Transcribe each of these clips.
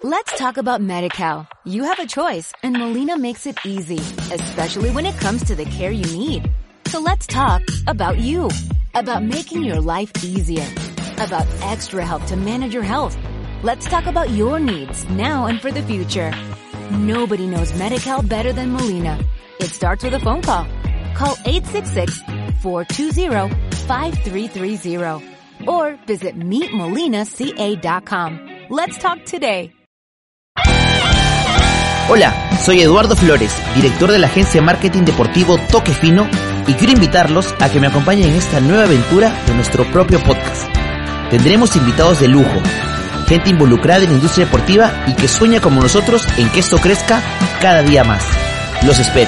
Let's talk about Medi-Cal. You have a choice, and Molina makes it easy, especially when it comes to the care you need. So let's talk about you, about making your life easier, about extra help to manage your health. Let's talk about your needs now and for the future. Nobody knows Medi-Cal better than Molina. It starts with a phone call. Call 866-420-5330 or visit meetmolinaca.com. Let's talk today. Hola, soy Eduardo Flores, director de la agencia de marketing deportivo Toque Fino, y quiero invitarlos a que me acompañen en esta nueva aventura de nuestro propio podcast. Tendremos invitados de lujo, gente involucrada en la industria deportiva y que sueña como nosotros en que esto crezca cada día más. Los espero.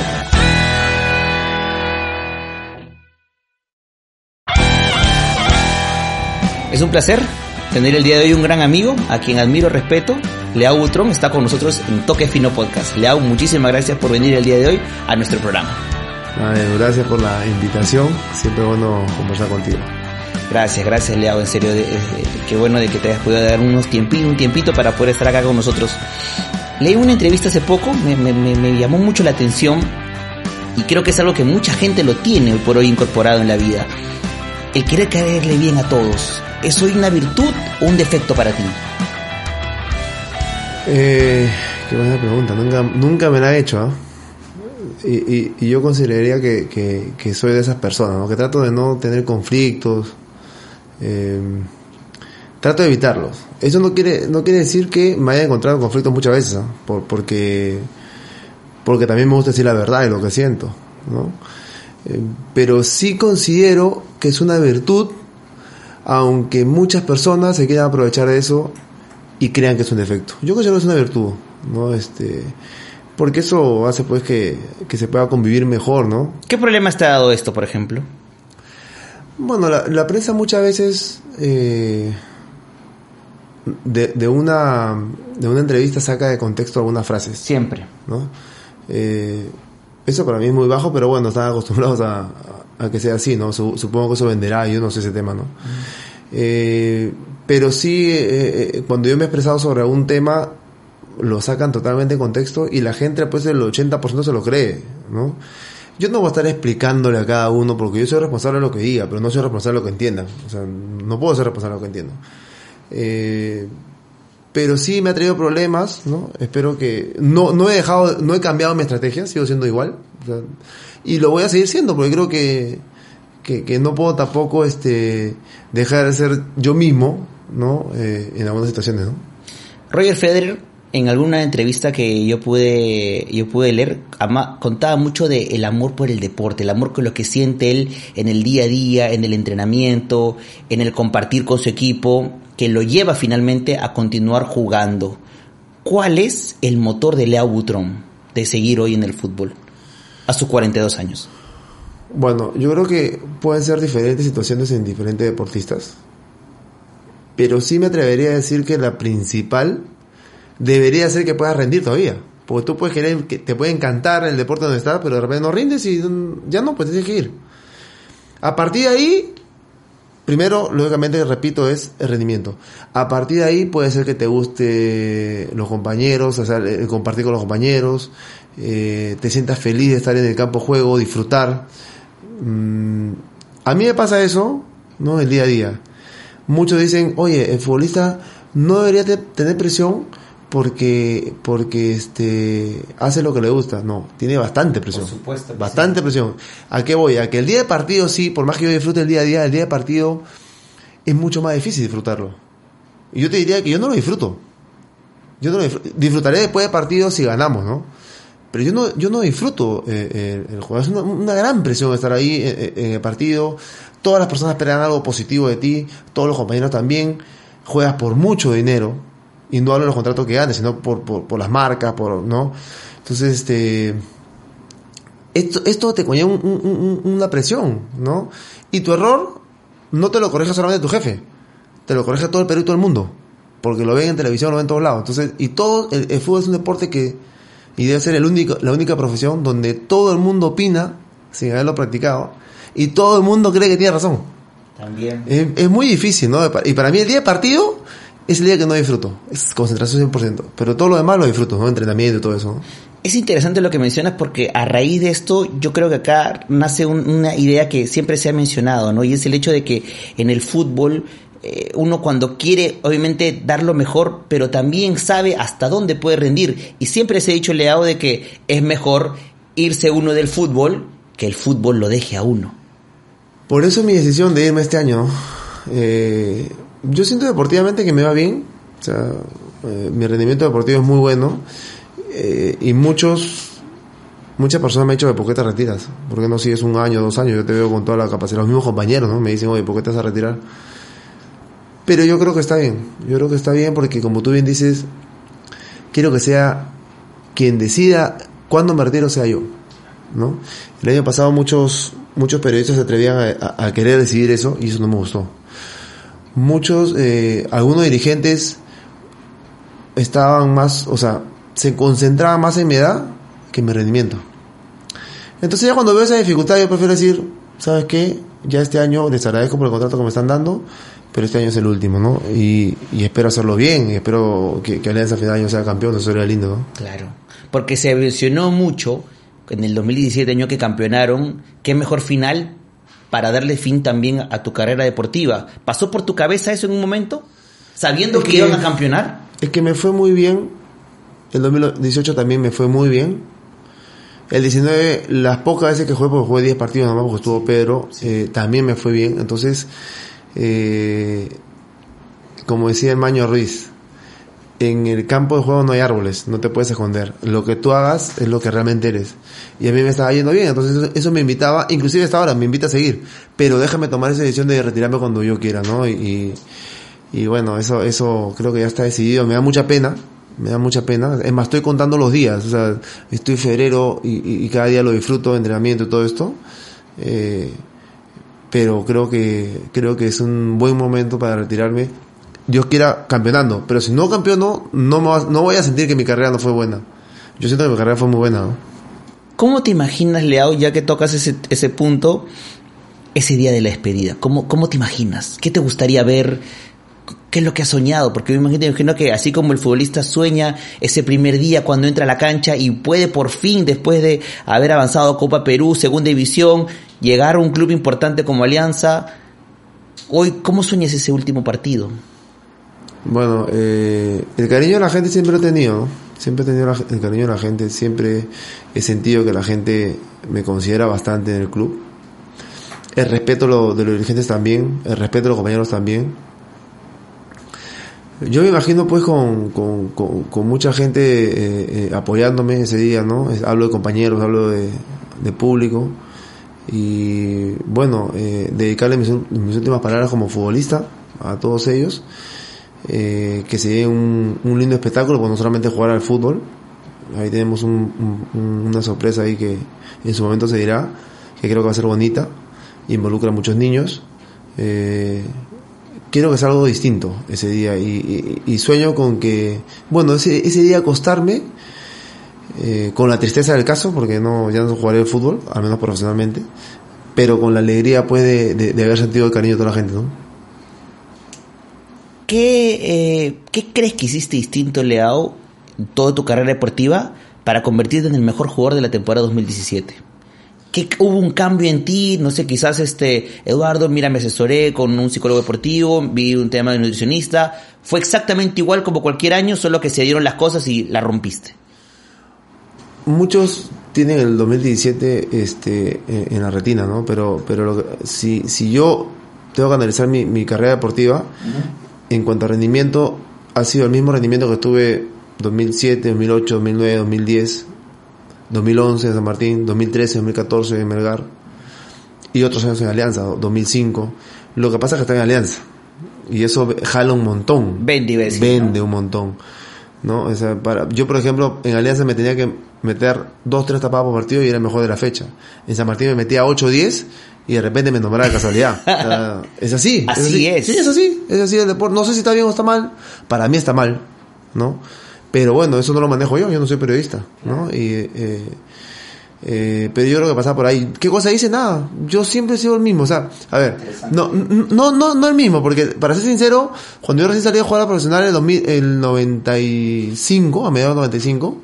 Es un placer tener el día de hoy un gran amigo, a quien admiro y respeto. Leao Butrón está con nosotros en Toque Fino Podcast. Leao, muchísimas gracias por venir el día de hoy a nuestro programa. Gracias por la invitación, siempre bueno conversar contigo. Gracias Leao, en serio, qué bueno de que te hayas podido dar un tiempito para poder estar acá con nosotros. Leí una entrevista hace poco, me llamó mucho la atención y creo que es algo que mucha gente lo tiene hoy por hoy incorporado en la vida. El querer caerle bien a todos, ¿es hoy una virtud o un defecto para ti? Qué buena pregunta, nunca me la he hecho, ¿eh? Y yo consideraría que soy de esas personas, ¿no? Que trato de no tener conflictos, trato de evitarlos. Eso no quiere decir que me haya encontrado conflictos muchas veces, ¿no? Porque también me gusta decir la verdad y lo que siento, ¿no? Pero sí considero que es una virtud, aunque muchas personas se quieran aprovechar de eso y crean que es un defecto. Yo considero que es una virtud, ¿no? Porque eso hace pues que se pueda convivir mejor, ¿no? ¿Qué problemas te ha dado esto, por ejemplo? Bueno, la prensa muchas veces de una entrevista saca de contexto algunas frases. Siempre, ¿no? Eso para mí es muy bajo, pero bueno, están acostumbrados a que sea así, ¿no? Supongo que eso venderá, yo no sé ese tema, ¿no? Pero sí, cuando yo me he expresado sobre algún tema, lo sacan totalmente en contexto y la gente, pues el 80% se lo cree, ¿no? Yo no voy a estar explicándole a cada uno porque yo soy responsable de lo que diga, pero no soy responsable de lo que entienda. O sea, no puedo ser responsable de lo que entiendo. Pero sí me ha traído problemas, ¿no? Espero que no he cambiado mi estrategia, sigo siendo igual. O sea, y lo voy a seguir siendo porque creo que no puedo tampoco dejar de ser yo mismo, ¿no? En algunas situaciones, ¿no? Roger Federer, en alguna entrevista que yo pude leer, contaba mucho de el amor por el deporte, el amor con lo que siente él en el día a día, en el entrenamiento, en el compartir con su equipo, que lo lleva finalmente a continuar jugando. ¿Cuál es el motor de Leao Butrón de seguir hoy en el fútbol a sus 42 años? Bueno, yo creo que pueden ser diferentes situaciones en diferentes deportistas, pero sí me atrevería a decir que la principal debería ser que puedas rendir todavía, porque tú puedes querer, que te puede encantar el deporte donde estás, pero de repente no rindes y ya no, pues tienes que ir. A partir de ahí, primero, lógicamente, repito, es el rendimiento. A partir de ahí puede ser que te guste los compañeros, o sea, el compartir con los compañeros, te sientas feliz de estar en el campo de juego, disfrutar. A mí me pasa eso, ¿no? El día a día. Muchos dicen, oye, el futbolista no debería tener presión porque hace lo que le gusta. No, tiene bastante presión. Por supuesto. Bastante presión. ¿A qué voy? A que el día de partido, sí, por más que yo disfrute el día a día, el día de partido es mucho más difícil disfrutarlo. Y yo te diría que yo no lo disfruto. Disfrutaré después de partido si ganamos, ¿no? Pero yo no disfruto el juego. Es una gran presión estar ahí en el partido. Todas las personas esperan algo positivo de ti, todos los compañeros también. Juegas por mucho dinero, y no hablo de los contratos que ganes, sino por las marcas, ¿no? Entonces, esto te conlleva una presión, ¿no? Y tu error no te lo corrige solamente tu jefe, te lo corrige todo el Perú y todo el mundo, porque lo ven en televisión, lo ven en todos lados. Entonces, y todo el fútbol es un deporte y debe ser la única profesión donde todo el mundo opina sin haberlo practicado y todo el mundo cree que tiene razón. También. Es muy difícil, ¿no? Y para mí el día de partido es el día que no disfruto, es concentración 100%, pero todo lo demás lo disfruto, ¿no? Entrenamiento y todo eso, ¿no? Es interesante lo que mencionas porque a raíz de esto yo creo que acá nace una idea que siempre se ha mencionado, ¿no? Y es el hecho de que en el fútbol uno cuando quiere obviamente dar lo mejor, pero también sabe hasta dónde puede rendir. Y siempre se ha dicho, Leao, de que es mejor irse uno del fútbol que el fútbol lo deje a uno. Por eso mi decisión de irme este año, yo siento deportivamente que me va bien, o sea, mi rendimiento deportivo es muy bueno, y muchas personas me han dicho, ¿por qué te retiras? ¿Por qué no sigues 1 año, 2 años? Yo te veo con toda la capacidad. Los mismos compañeros, ¿no? Me dicen, oye, ¿por qué te vas a retirar? Pero yo creo que está bien porque como tú bien dices, quiero que sea quien decida cuándo me retiro sea yo, ¿no? El año pasado muchos periodistas se atrevían a querer decidir eso y eso no me gustó. Algunos dirigentes estaban más, o sea, se concentraban más en mi edad que en mi rendimiento. Entonces ya cuando veo esa dificultad yo prefiero decir, ¿sabes qué? Ya este año les agradezco por el contrato que me están dando, pero este año es el último, ¿no? Y espero hacerlo bien, y espero que Alianza a final de año sea campeón, eso sería lindo, ¿no? Claro, porque se mencionó mucho en el 2017, año que campeonaron, qué mejor final para darle fin también a tu carrera deportiva. ¿Pasó por tu cabeza eso en un momento? ¿Sabiendo que iban a campeonar? Es que me fue muy bien, el 2018 también me fue muy bien. El 19, las pocas veces que jugué, porque jugué 10 partidos nomás porque estuvo Pedro, también me fue bien. Entonces, como decía el Maño Ruiz, en el campo de juego no hay árboles, no te puedes esconder. Lo que tú hagas es lo que realmente eres. Y a mí me estaba yendo bien, entonces eso me invitaba, inclusive hasta ahora me invita a seguir. Pero déjame tomar esa decisión de retirarme cuando yo quiera, ¿no? Y bueno, eso creo que ya está decidido. Me da mucha pena. Es más, estoy contando los días, o sea, estoy en febrero y cada día lo disfruto, entrenamiento y todo esto. Pero creo que es un buen momento para retirarme. Dios quiera campeonando, pero si no campeono, no voy a sentir que mi carrera no fue buena. Yo siento que mi carrera fue muy buena, ¿no? ¿Cómo te imaginas, Leao, ya que tocas ese punto, ese día de la despedida? ¿Cómo te imaginas? ¿Qué te gustaría ver? ¿Qué es lo que has soñado? Porque yo imagino que así como el futbolista sueña ese primer día cuando entra a la cancha y puede por fin, después de haber avanzado a Copa Perú, Segunda División, llegar a un club importante como Alianza, hoy, ¿cómo sueñas ese último partido? Bueno, el cariño de la gente siempre lo he tenido, ¿no? Siempre he tenido el cariño de la gente, siempre he sentido que la gente me considera bastante en el club. El respeto de los dirigentes también, el respeto de los compañeros también. Yo me imagino pues con mucha gente apoyándome ese día, ¿no? Hablo de compañeros, hablo de público y bueno, dedicarle mis últimas palabras como futbolista a todos ellos, que se lleven un lindo espectáculo, pues no solamente jugar al fútbol. Ahí tenemos una sorpresa ahí que en su momento se dirá, que creo que va a ser bonita, involucra a muchos niños. Quiero que sea algo distinto ese día y sueño con que, bueno, ese día acostarme con la tristeza del caso, porque ya no jugaré el fútbol, al menos profesionalmente, pero con la alegría pues de haber sentido el cariño de toda la gente, ¿no? ¿Qué crees que hiciste distinto, Leao, en toda tu carrera deportiva para convertirte en el mejor jugador de la temporada 2017? ¿Hubo un cambio en ti? No sé, quizás Eduardo, mira, me asesoré con un psicólogo deportivo, vi un tema de nutricionista. ¿Fue exactamente igual como cualquier año, solo que se dieron las cosas y la rompiste? Muchos tienen el 2017 en la retina, ¿no? Pero si yo tengo que analizar mi carrera deportiva, en cuanto a rendimiento, ha sido el mismo rendimiento que tuve 2007, 2008, 2009, 2010... 2011 en San Martín, 2013, 2014 en Melgar y otros años en Alianza, 2005. Lo que pasa es que está en Alianza y eso jala un montón. Vende un montón, ¿no? O sea, yo, por ejemplo, en Alianza me tenía que meter 2-3 tapadas por partido y era el mejor de la fecha. En San Martín me metía 8-10 y de repente me nombraba de casualidad. O sea, es así. Así es. Sí, es así el deporte. No sé si está bien o está mal. Para mí está mal, ¿no? Pero bueno, eso no lo manejo yo no soy periodista, ¿no? Pero yo creo que pasaba por ahí. ¿Qué cosa hice? Nada. Yo siempre he sido el mismo. O sea, a ver, no el mismo, porque para ser sincero, cuando yo recién salí a jugar a la profesional el 95, a mediados del 95,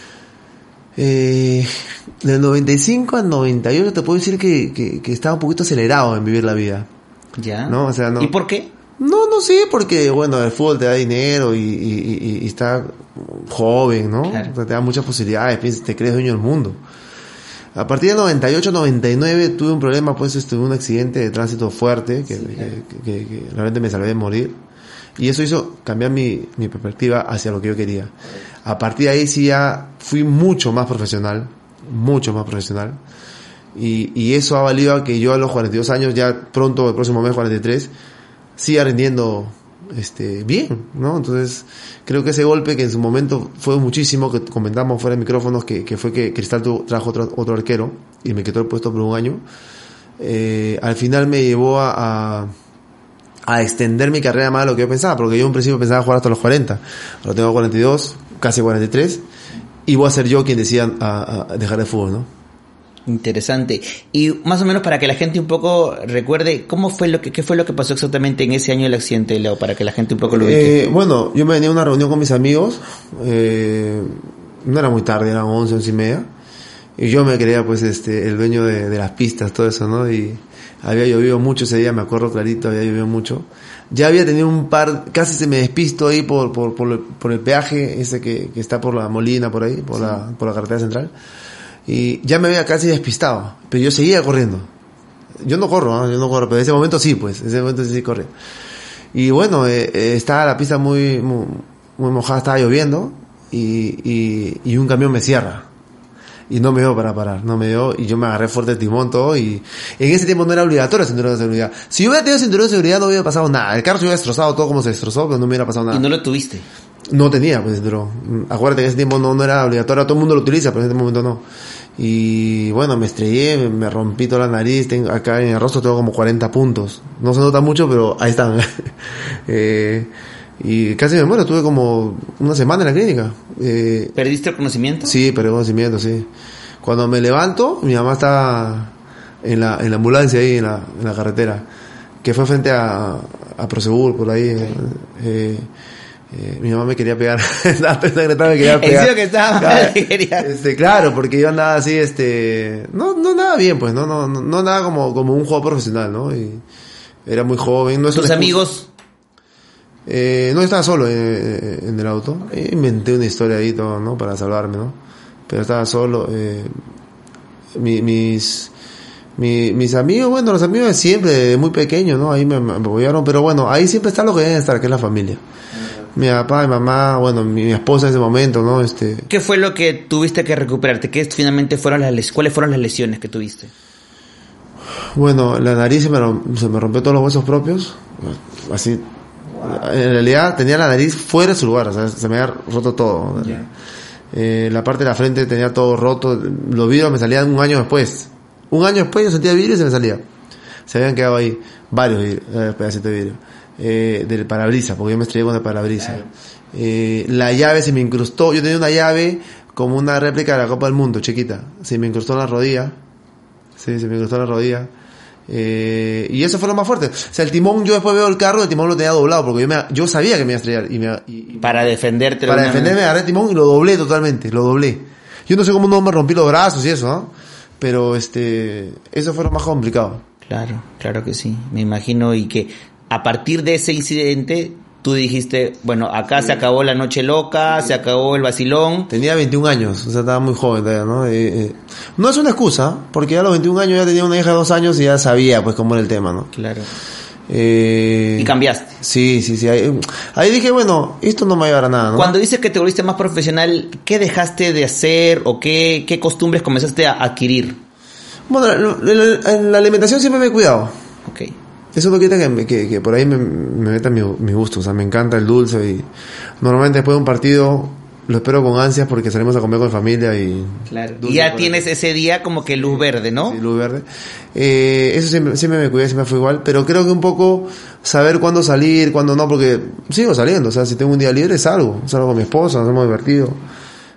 del 95 al 98 te puedo decir que estaba un poquito acelerado en vivir la vida. Ya. ¿No? O sea, no. ¿Y por qué? No sé, porque bueno, el fútbol te da dinero y está joven, ¿no? Claro. O sea, te da muchas posibilidades, te crees dueño del mundo. A partir del 98, 99 tuve un problema, pues tuve un accidente de tránsito fuerte que realmente me salvé de morir. Y eso hizo cambiar mi perspectiva hacia lo que yo quería. A partir de ahí sí ya fui mucho más profesional. Y eso ha valido a que yo a los 42 años, ya pronto, el próximo mes 43, siga rindiendo bien, ¿no? Entonces, creo que ese golpe que en su momento fue muchísimo, que comentamos fuera de micrófonos, que fue que Cristal trajo otro arquero y me quitó el puesto por un año, al final me llevó a extender mi carrera más de lo que yo pensaba, porque yo en principio pensaba jugar hasta los 40, ahora tengo 42, casi 43, y voy a ser yo quien decida a dejar el fútbol, ¿no? Interesante. Y más o menos para que la gente un poco recuerde, ¿qué fue lo que pasó exactamente en ese año del accidente, Leo? Para que la gente un poco lo ubique. Bueno, yo me venía a una reunión con mis amigos, no era muy tarde, eran 11 y media, y yo me creía pues el dueño de las pistas, todo eso, ¿no? Y había llovido mucho ese día, me acuerdo clarito, había llovido mucho. Ya había tenido casi se me despisto ahí por el peaje ese que está por la Molina, por ahí, por la carretera central. Y ya me había casi despistado, pero yo seguía corriendo. Yo no corro, pero en ese momento sí, corría. Y bueno, estaba la pista muy mojada, estaba lloviendo, y un camión me cierra. Y no me dio para parar, y yo me agarré fuerte el timón, todo, y en ese tiempo no era obligatorio el cinturón de seguridad. Si yo hubiera tenido cinturón de seguridad no hubiera pasado nada. El carro se hubiera destrozado todo como se destrozó, pero no me hubiera pasado nada. ¿Y no lo tuviste? No tenía, pues, pero acuérdate que en ese tiempo no era obligatorio, todo el mundo lo utiliza, pero en ese momento no. Y bueno, me estrellé, me rompí toda la nariz, acá en el rostro tengo como 40 puntos. No se nota mucho, pero ahí están. Y casi me muero, tuve como una semana en la clínica. ¿Perdiste el conocimiento? Sí, perdí el conocimiento, sí. Cuando me levanto, mi mamá está en la ambulancia ahí, en la carretera, que fue frente a Prosegur, por ahí. Mi mamá me quería pegar. Estaba pensando que me quería pegar. ¿En serio que estaba mal? Quería... Claro, porque yo andaba así, no nada bien, pues, no nada como un jugador profesional, ¿no? Y era muy joven. No es ¿Tus amigos? No, estaba solo en el auto. Inventé una historia ahí, todo, ¿no? Para salvarme, ¿no? Pero estaba solo. Mis amigos, bueno, los amigos de siempre, de muy pequeños, ¿no? Ahí me apoyaron, pero bueno, ahí siempre está lo que deben estar, que es la familia. Mi papá, mi mamá, bueno, mi esposa en ese momento, ¿no? ¿Qué fue lo que tuviste que recuperarte? ¿Qué finalmente ¿Cuáles fueron las lesiones que tuviste? Bueno, la nariz se me rompió todos los huesos propios, así. En realidad tenía la nariz fuera de su lugar, o sea, se me había roto todo. Yeah. La parte de la frente tenía todo roto, los vidrios me salían un año después. Un año después yo sentía el vidrio y se me salía. Se habían quedado ahí varios pedacitos de vidrio. Del parabrisas, porque yo me estrellé con el parabrisas. Claro. La llave se me incrustó, yo tenía una llave como una réplica de la Copa del Mundo, chiquita. Se me incrustó en la rodilla. Sí, se me incrustó en la rodilla. Y eso fue lo más fuerte. O sea, el timón, yo después veo el carro, el timón lo tenía doblado, porque yo sabía que me iba a estrellar. Para defenderte. Para defenderme, agarré el timón y lo doblé totalmente, lo doblé. Yo no sé cómo no me rompí los brazos y eso, ¿no? Pero eso fue lo más complicado. Claro que sí, me imagino. Y que a partir de ese incidente tú dijiste, bueno, acá se acabó la noche loca, se acabó el vacilón. Tenía 21 años, o sea, estaba muy joven todavía, ¿no? No es una excusa, porque ya a los 21 años ya tenía una hija de 2 años y ya sabía, pues, cómo era el tema, ¿no? Claro. Y cambiaste. Sí. Ahí dije, bueno, esto no me va a llevar a nada, ¿no? Cuando dices que te volviste más profesional, ¿qué dejaste de hacer o qué costumbres comenzaste a adquirir? Bueno, en la alimentación siempre me he cuidado. Ok. Eso no quita que por ahí me meta mi gusto, o sea, me encanta el dulce y normalmente después de un partido lo espero con ansias porque salimos a comer con familia y... Claro. Y ya tienes ese día como que luz verde, ¿no? Sí, luz verde. Eso siempre me cuidé, siempre fue igual, pero creo que un poco saber cuándo salir, cuándo no, porque sigo saliendo, o sea, si tengo un día libre salgo con mi esposa, nos hemos divertido.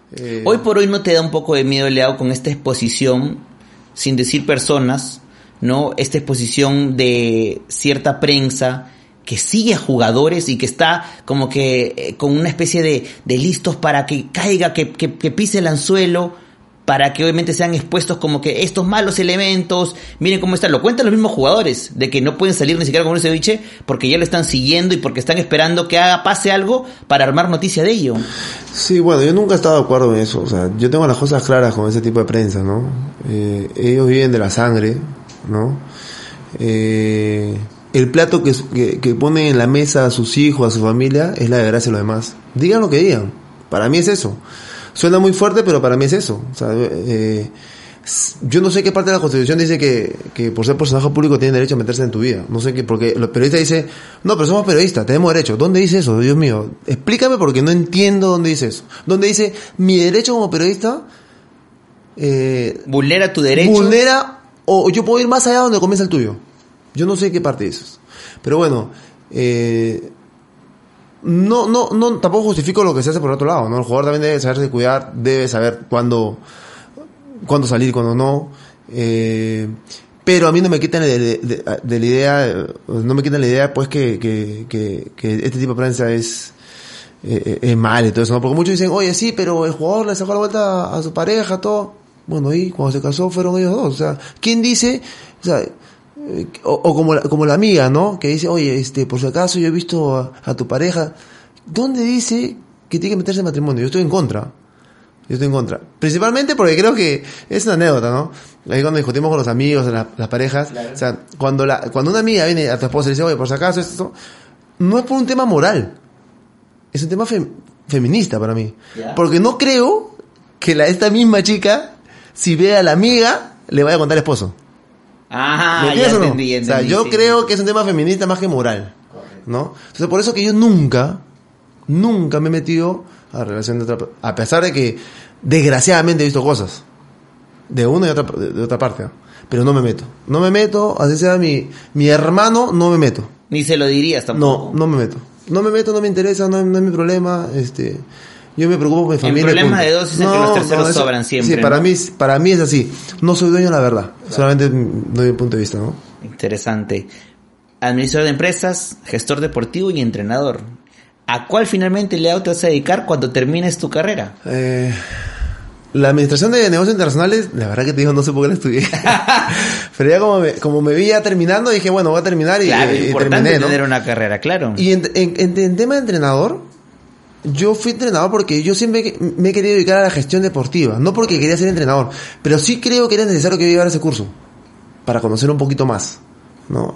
Hoy por hoy no te da un poco de miedo, Leao, con esta exposición, sin decir personas, ¿no? Esta exposición de cierta prensa que sigue a jugadores y que está como que con una especie de listos para que caiga, que pise el anzuelo, para que obviamente sean expuestos como que estos malos elementos, miren cómo están, lo cuentan los mismos jugadores, de que no pueden salir ni siquiera con ese ceviche porque ya lo están siguiendo y porque están esperando que pase algo para armar noticia de ello. Sí, bueno, yo nunca he estado de acuerdo en eso, o sea, yo tengo las cosas claras con ese tipo de prensa, ¿no? Ellos viven de la sangre, ¿no? El plato que ponen en la mesa a sus hijos, a su familia, es la desgracia de los demás. Digan lo que digan, para mí es eso. Suena muy fuerte, pero para mí es eso. O sea, yo no sé qué parte de la Constitución dice que por ser personaje público tienen derecho a meterse en tu vida. No sé qué, porque los periodistas dicen, no, pero somos periodistas, tenemos derecho. ¿Dónde dice eso? Dios mío, explícame porque no entiendo dónde dice eso. ¿Dónde dice mi derecho como periodista? Vulnera tu derecho. Vulnera, o yo puedo ir más allá donde comienza el tuyo. Yo no sé qué parte dices. Pero bueno, no, tampoco justifico lo que se hace por otro lado, ¿no? El jugador también debe saberse cuidar, debe saber cuándo salir, cuándo no. Pero a mí no me quitan de la idea, pues que este tipo de prensa es mal y todo eso, ¿no? Porque muchos dicen, oye, sí, pero el jugador le sacó la vuelta a su pareja, todo. Bueno, y cuando se casó fueron ellos dos. O sea, ¿quién dice? O sea, o como la amiga, ¿no? Que dice, oye, por si acaso yo he visto a tu pareja. ¿Dónde dice que tiene que meterse en matrimonio? Yo estoy en contra. Principalmente porque creo que es una anécdota, ¿no? Ahí cuando discutimos con los amigos, las parejas, claro. O sea, cuando una amiga viene a tu esposa y le dice, oye, por si acaso esto, no es por un tema moral. Es un tema feminista para mí. Yeah. Porque no creo que esta misma chica, si ve a la amiga, le vaya a contar al esposo. Ajá, ya entendí, o sea, yo creo que es un tema feminista más que moral, ¿no? Entonces, por eso que yo nunca me he metido a la relación de otra, a pesar de que desgraciadamente he visto cosas de una y de otra parte, ¿no? Pero no me meto, así sea mi hermano, no me meto. Ni se lo dirías tampoco. No me meto, no me interesa, no es mi problema, yo me preocupo por mi familia. El problema de dos es que los terceros sobran siempre. Sí, para mí es así. No soy dueño de la verdad. Claro. Solamente doy un punto de vista, ¿no? Interesante. Administrador de empresas, gestor deportivo y entrenador. ¿A cuál finalmente, Leao, te vas a dedicar cuando termines tu carrera? La administración de negocios internacionales, la verdad que te digo, no sé por qué la estudié. Pero ya como me vi ya terminando, dije, bueno, voy a terminar y terminé, ¿no? Tener una carrera, claro. Y en tema de entrenador, yo fui entrenador porque yo siempre me he querido dedicar a la gestión deportiva, no porque quería ser entrenador, pero sí creo que era necesario que yo llevara ese curso para conocer un poquito más, ¿no?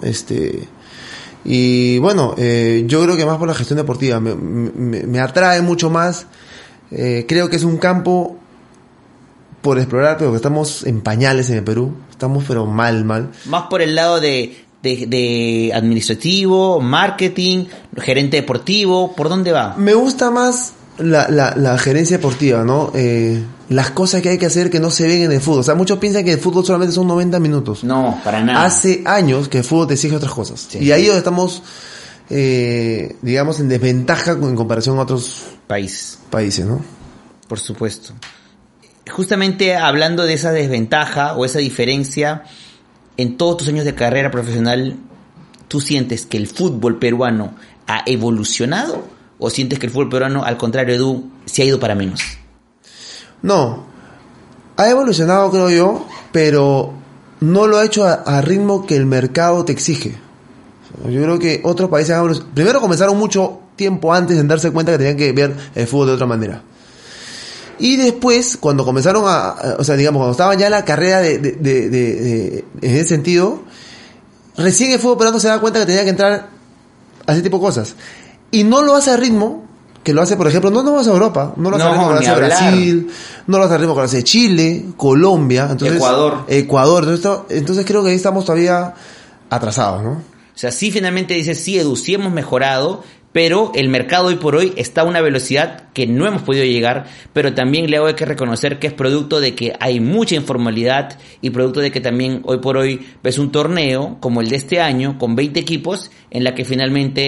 Y bueno, yo creo que más por la gestión deportiva me atrae mucho más. Creo que es un campo por explorar, pero que estamos en pañales en el Perú, estamos pero mal. Más por el lado de administrativo, marketing, gerente deportivo, ¿por dónde va? Me gusta más la gerencia deportiva, ¿no? Las cosas que hay que hacer que no se ven en el fútbol. O sea, muchos piensan que el fútbol solamente son 90 minutos. No, para nada. Hace años que el fútbol te exige otras cosas. Sí. Y ahí donde estamos, digamos, en desventaja en comparación a otros países, ¿no? Por supuesto. Justamente hablando de esa desventaja o esa diferencia, en todos tus años de carrera profesional, ¿tú sientes que el fútbol peruano ha evolucionado o sientes que el fútbol peruano, al contrario, Edu, se ha ido para menos? No, ha evolucionado, creo yo, pero no lo ha hecho a ritmo que el mercado te exige. Yo creo que otros países primero comenzaron mucho tiempo antes en darse cuenta que tenían que ver el fútbol de otra manera. Y después, cuando comenzaron o sea, digamos, cuando estaban ya en la carrera en ese sentido, recién el fútbol peruano se da cuenta que tenía que entrar a ese tipo de cosas. Y no lo hace a ritmo que lo hace, por ejemplo, no vas a Europa, no lo hace a ritmo que lo hace Brasil, no lo hace a ritmo que lo hace Chile, Colombia, entonces, Ecuador. Entonces creo que ahí estamos todavía atrasados, ¿no? O sea, sí, finalmente dices, sí, Edu, sí hemos mejorado, pero el mercado hoy por hoy está a una velocidad que no hemos podido llegar, pero también le hay que reconocer que es producto de que hay mucha informalidad y producto de que también hoy por hoy ves un torneo como el de este año con 20 equipos en la que finalmente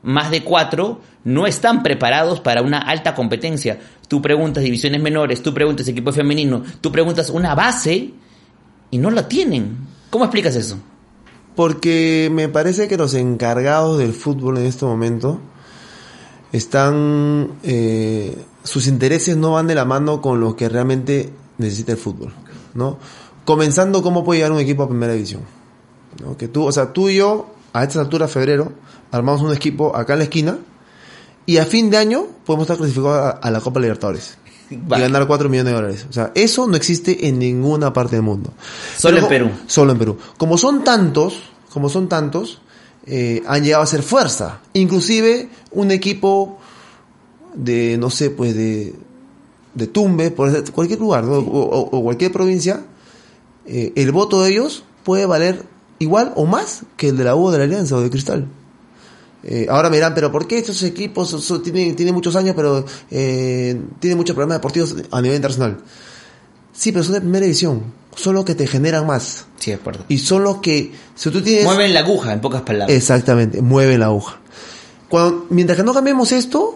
más de 4 no están preparados para una alta competencia. Tú preguntas divisiones menores, tú preguntas equipo femenino, tú preguntas una base y no la tienen. ¿Cómo explicas eso? Porque me parece que los encargados del fútbol en este momento están... sus intereses no van de la mano con lo que realmente necesita el fútbol, ¿no? Comenzando, ¿cómo puede llegar un equipo a primera división? ¿No? Que tú y yo, a estas alturas, febrero, armamos un equipo acá en la esquina y a fin de año podemos estar clasificados a la Copa Libertadores. Vale. Y ganar $4 millones. O sea, eso no existe en ninguna parte del mundo. Solo en Perú. Solo en Perú. Como son tantos, han llegado a ser fuerza. Inclusive un equipo de, no sé, pues de Tumbes, por cualquier lugar, ¿no? o cualquier provincia, el voto de ellos puede valer igual o más que el de la U, de la Alianza o de Cristal. Ahora me dirán, pero ¿por qué estos equipos tienen muchos años, pero tienen muchos problemas deportivos a nivel internacional? Sí, pero son de primera división, son los que te generan más. Sí, de acuerdo. Y son los que, si tú tienes... mueven la aguja, en pocas palabras. Exactamente, mueven la aguja. Mientras que no cambiemos esto,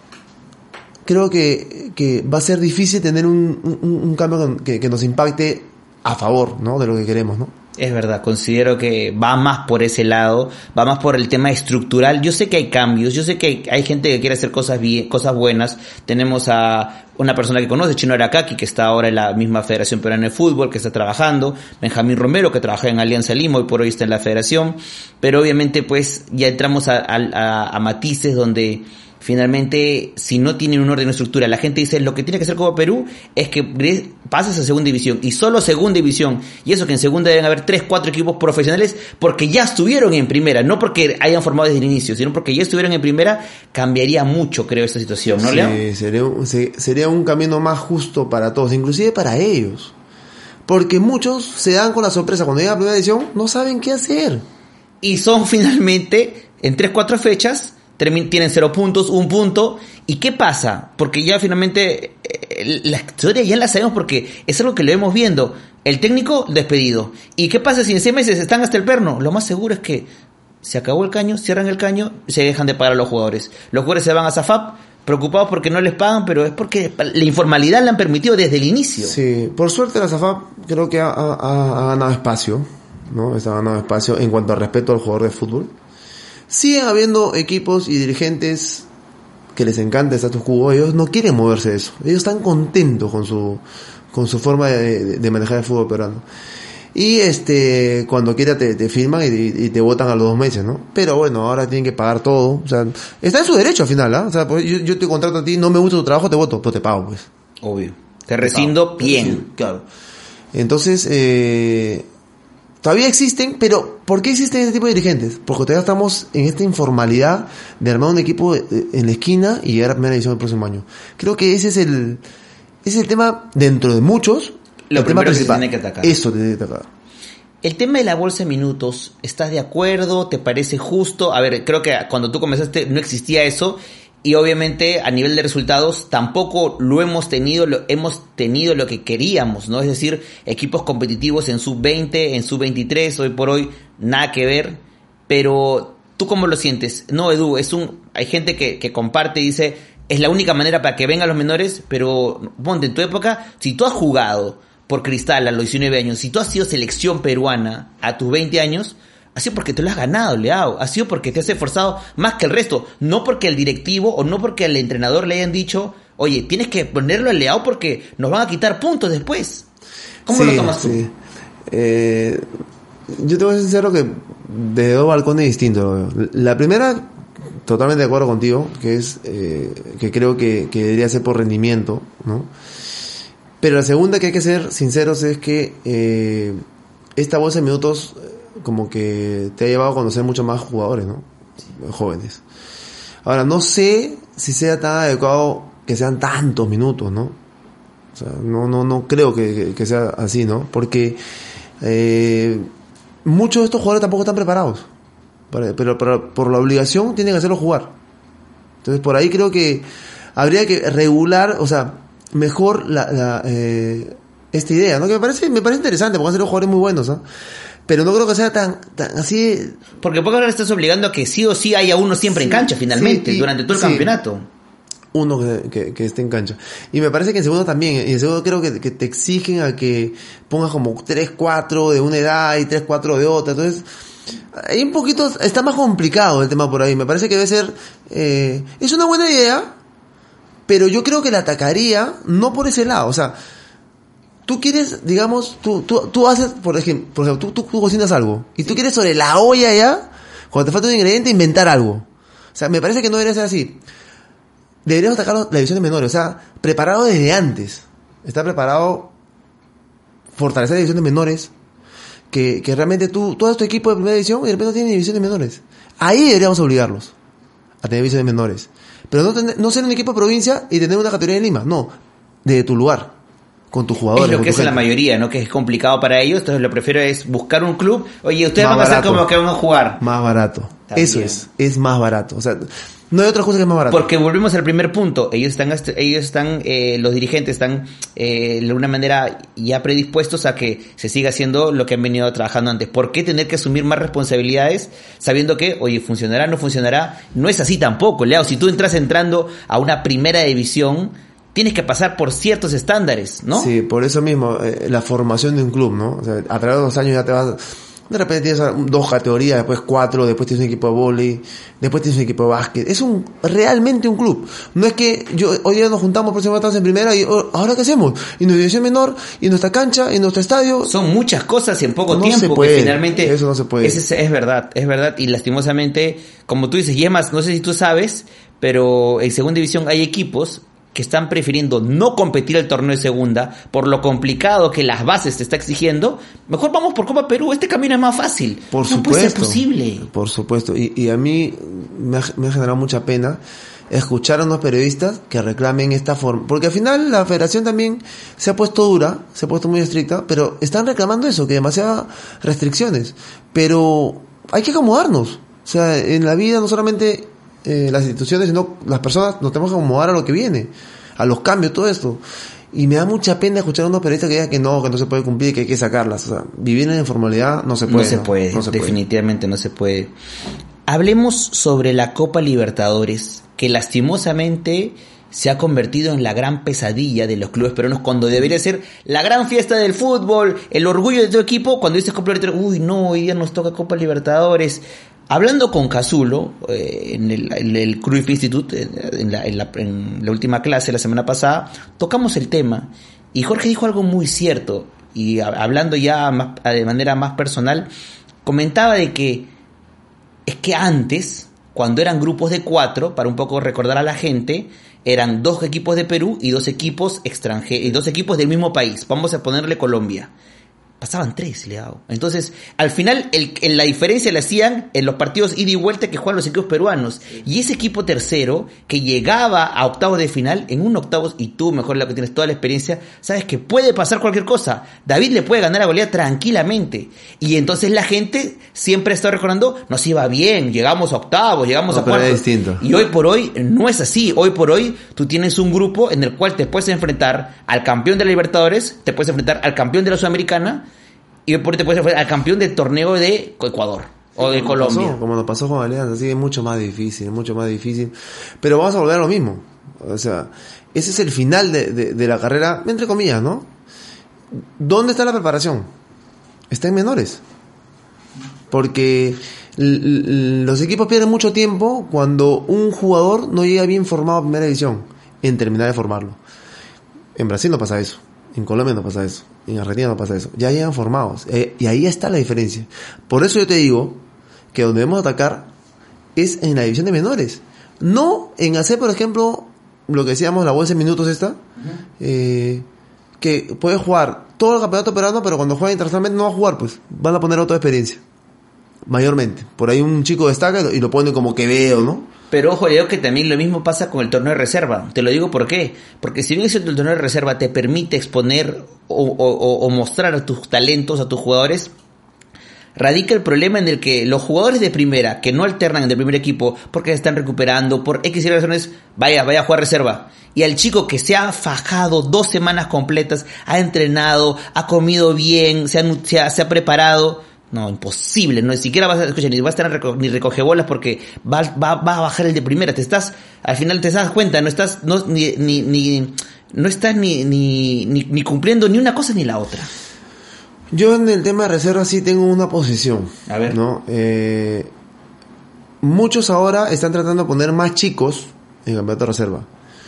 creo que va a ser difícil tener un cambio que nos impacte a favor, ¿no? De lo que queremos, ¿no? Es verdad, considero que va más por ese lado, va más por el tema estructural. Yo sé que hay cambios, yo sé que hay gente que quiere hacer cosas buenas. Tenemos a una persona que conoce, Chino Aracaki, que está ahora en la misma Federación Peruana de Fútbol, que está trabajando. Benjamín Romero, que trabaja en Alianza Lima y por hoy está en la Federación. Pero obviamente pues ya entramos a matices donde... finalmente, si no tienen un orden o estructura, la gente dice, lo que tiene que hacer como Perú es que pases a segunda división, y solo segunda división, y eso que en segunda deben haber 3-4 equipos profesionales, porque ya estuvieron en primera, no porque hayan formado desde el inicio, sino porque ya estuvieron en primera. Cambiaría mucho, creo, esta situación, ¿no, Leo? Sí, sería un camino más justo para todos, inclusive para ellos, porque muchos se dan con la sorpresa, cuando llegan a primera división, no saben qué hacer. Y son finalmente, en 3-4 fechas, tienen 0 puntos, 1 punto. ¿Y qué pasa? Porque ya finalmente la historia ya la sabemos, porque es algo que lo vemos viendo. El técnico despedido. ¿Y qué pasa si en 6 meses están hasta el perno? Lo más seguro es que se acabó el caño, cierran el caño y se dejan de pagar a los jugadores. Los jugadores se van a SAFAP preocupados porque no les pagan, pero es porque la informalidad la han permitido desde el inicio. Sí, por suerte la SAFAP creo que ha ganado espacio, ¿no? Está ganando espacio en cuanto al respeto al jugador de fútbol. Siguen habiendo equipos y dirigentes que les encanta el status quo. Ellos no quieren moverse de eso. Ellos están contentos con su forma de manejar el fútbol peruano. Y cuando quiera te firman y te votan a los 2 meses, ¿no? Pero bueno, ahora tienen que pagar todo. O sea, está en su derecho al final, ¿ah? O sea, pues yo te contrato a ti, no me gusta tu trabajo, te voto, pero te pago, pues. Obvio. Te rescindo bien. Claro. Entonces, todavía existen, pero ¿por qué existen este tipo de dirigentes? Porque todavía estamos en esta informalidad de armar un equipo en la esquina y llegar a primera división el próximo año. Creo que ese es el tema, dentro de muchos, lo el tema primero principal. que se tiene que atacar. Eso tiene que atacar. El tema de la bolsa de minutos, ¿estás de acuerdo? ¿Te parece justo? A ver, creo que cuando tú comenzaste no existía eso. Y obviamente a nivel de resultados tampoco lo hemos tenido lo que queríamos, ¿no? Es decir, equipos competitivos en sub-20, en sub-23, hoy por hoy nada que ver. Pero ¿tú cómo lo sientes? No, Edu, hay gente que comparte y dice, es la única manera para que vengan los menores, pero ponte, en tu época, si tú has jugado por Cristal a los 19 años, si tú has sido selección peruana a tus 20 años... ha sido porque te lo has ganado, Leao. Ha sido porque te has esforzado más que el resto. No porque el directivo o no porque al entrenador le hayan dicho, oye, tienes que ponerlo al Leao porque nos van a quitar puntos después. ¿Cómo lo tomas tú? Sí. Yo te voy a ser sincero que de 2 balcones distintos. La primera, totalmente de acuerdo contigo, que es que creo que debería ser por rendimiento, ¿no? Pero la segunda, que hay que ser sinceros, es que esta bolsa de minutos como que te ha llevado a conocer mucho más jugadores, ¿no? Jóvenes. Ahora, no sé si sea tan adecuado que sean tantos minutos, ¿no? O sea, no creo que sea así, ¿no? Porque muchos de estos jugadores tampoco están preparados. Pero por la obligación tienen que hacerlo jugar. Entonces, por ahí creo que habría que regular, o sea, mejor esta idea, ¿no? Que me parece interesante, porque han sido jugadores muy buenos, ¿no? pero no creo que sea tan así. Porque ahora estás obligando a que sí o sí haya uno siempre en cancha finalmente, durante todo el campeonato. Uno que esté en cancha. Y me parece que en segundo también. Y en segundo creo que te exigen a que pongas como 3-4 de una edad y 3-4 de otra. Entonces, hay un poquito, está más complicado el tema por ahí. Me parece que debe ser, es una buena idea, pero yo creo que la atacaría no por ese lado. O sea, tú quieres, digamos, tú haces, por ejemplo, tú cocinas algo y tú quieres sobre la olla ya, cuando te falta un ingrediente, inventar algo. O sea, me parece que no debería ser así. Deberíamos atacar las divisiones menores, o sea, preparado desde antes. Está preparado fortalecer las divisiones menores, que realmente tú haces tu equipo de primera división y de repente no tiene divisiones menores. Ahí deberíamos obligarlos a tener divisiones menores. Pero no ser un equipo de provincia y tener una categoría de Lima, no, de tu lugar, con tus jugadores. Es lo que es la mayoría, ¿no? Que es complicado para ellos, entonces lo prefiero es buscar un club. Oye, ustedes van a hacer como que van a jugar. Más barato. También. Eso es más barato. O sea, no hay otra cosa que es más barato. Porque volvemos al primer punto. Ellos están los dirigentes están de alguna manera ya predispuestos a que se siga haciendo lo que han venido trabajando antes. ¿Por qué tener que asumir más responsabilidades sabiendo que, oye, funcionará, no funcionará? No es así tampoco, Leo. Si tú entras entrando a una primera división, tienes que pasar por ciertos estándares, ¿no? Sí, por eso mismo, la formación de un club, ¿no? O sea, a través de los años ya te vas... De repente tienes 2 categorías, después 4, después tienes un equipo de vóley, después tienes un equipo de básquet. Es realmente un club. No es que hoy día nos juntamos, próxima estamos en primera y ¿ahora qué hacemos? Y nuestra división menor, y nuestra cancha, y nuestro estadio. Son muchas cosas en poco tiempo. Se puede, que finalmente eso no se puede. Es verdad. Y lastimosamente, como tú dices, y es más, no sé si tú sabes, pero en segunda división hay equipos que están prefiriendo no competir el torneo de segunda por lo complicado que las bases te está exigiendo. Mejor vamos por Copa Perú, este camino es más fácil. Por supuesto, puede ser posible. Por supuesto, y a mí me ha generado mucha pena escuchar a unos periodistas que reclamen esta forma, porque al final la federación también se ha puesto dura, se ha puesto muy estricta, pero están reclamando eso, que demasiadas restricciones, pero hay que acomodarnos. O sea, en la vida no solamente las instituciones, sino las personas nos tenemos que acomodar a lo que viene, a los cambios, todo esto. Y me da mucha pena escuchar a unos periodistas que digan que no se puede cumplir, que hay que sacarlas. O sea, vivir en la informalidad no se puede. No se puede, definitivamente no se puede. Hablemos sobre la Copa Libertadores, que lastimosamente se ha convertido en la gran pesadilla de los clubes peruanos, cuando debería ser la gran fiesta del fútbol, el orgullo de tu equipo. Cuando dices Copa Libertadores, uy, no, hoy día nos toca Copa Libertadores. Hablando con Cazulo en el Cruyff Institute, en la última clase la semana pasada, tocamos el tema y Jorge dijo algo muy cierto, y hablando ya de manera más personal, comentaba de que es que antes, cuando eran grupos de 4, para un poco recordar a la gente, eran 2 equipos de Perú y 2 equipos extranjeros, y 2 equipos del mismo país. Vamos a ponerle Colombia. Pasaban 3, Leao. Entonces, al final, la diferencia la hacían en los partidos ida y vuelta que juegan los equipos peruanos. Y ese equipo tercero, que llegaba a octavos de final, en un octavos, y tú, mejor la que tienes toda la experiencia, sabes que puede pasar cualquier cosa. David le puede ganar a Goliat tranquilamente. Y entonces la gente siempre está recordando, nos iba bien, llegamos a octavos, llegamos a cuartos. Es distinto. Y hoy por hoy no es así. Hoy por hoy tú tienes un grupo en el cual te puedes enfrentar al campeón de la Libertadores, te puedes enfrentar al campeón de la Sudamericana, y por te puedes enfrentar al campeón del torneo de Ecuador o de Colombia. Como nos pasó con Alianza, así es mucho más difícil. Pero vamos a volver a lo mismo. O sea, ese es el final de la carrera, entre comillas, ¿no? ¿Dónde está la preparación? Está en menores. Porque los equipos pierden mucho tiempo cuando un jugador no llega bien formado a primera división, en terminar de formarlo. En Brasil no pasa eso. En Colombia no pasa eso. En Argentina no pasa eso. Ya llegan formados. Y ahí está la diferencia. Por eso yo te digo que donde debemos atacar es en la división de menores. No en hacer, por ejemplo, lo que decíamos, la bolsa de minutos esta. Que puede jugar todo el campeonato peruano, pero cuando juega internacionalmente no va a jugar, pues. Van a poner otra experiencia. Mayormente. Por ahí un chico destaca y lo ponen como Quevedo, ¿no? Pero ojo, Leo, que también lo mismo pasa con el torneo de reserva. Te lo digo por qué. Porque si bien es cierto, el torneo de reserva te permite exponer o mostrar a tus talentos, a tus jugadores, radica el problema en el que los jugadores de primera, que no alternan del primer equipo porque se están recuperando, por X y razones, vaya a jugar reserva. Y al chico que se ha fajado 2 semanas completas, ha entrenado, ha comido bien, se ha preparado, No, imposible, no, ni siquiera vas a escuchar, ni vas a estar ni recoge bolas porque va a bajar el de primera, al final te das cuenta, no estás ni cumpliendo ni una cosa ni la otra. Yo en el tema de reserva sí tengo una posición. A ver. ¿No? Muchos ahora están tratando de poner más chicos en el campeonato de reserva.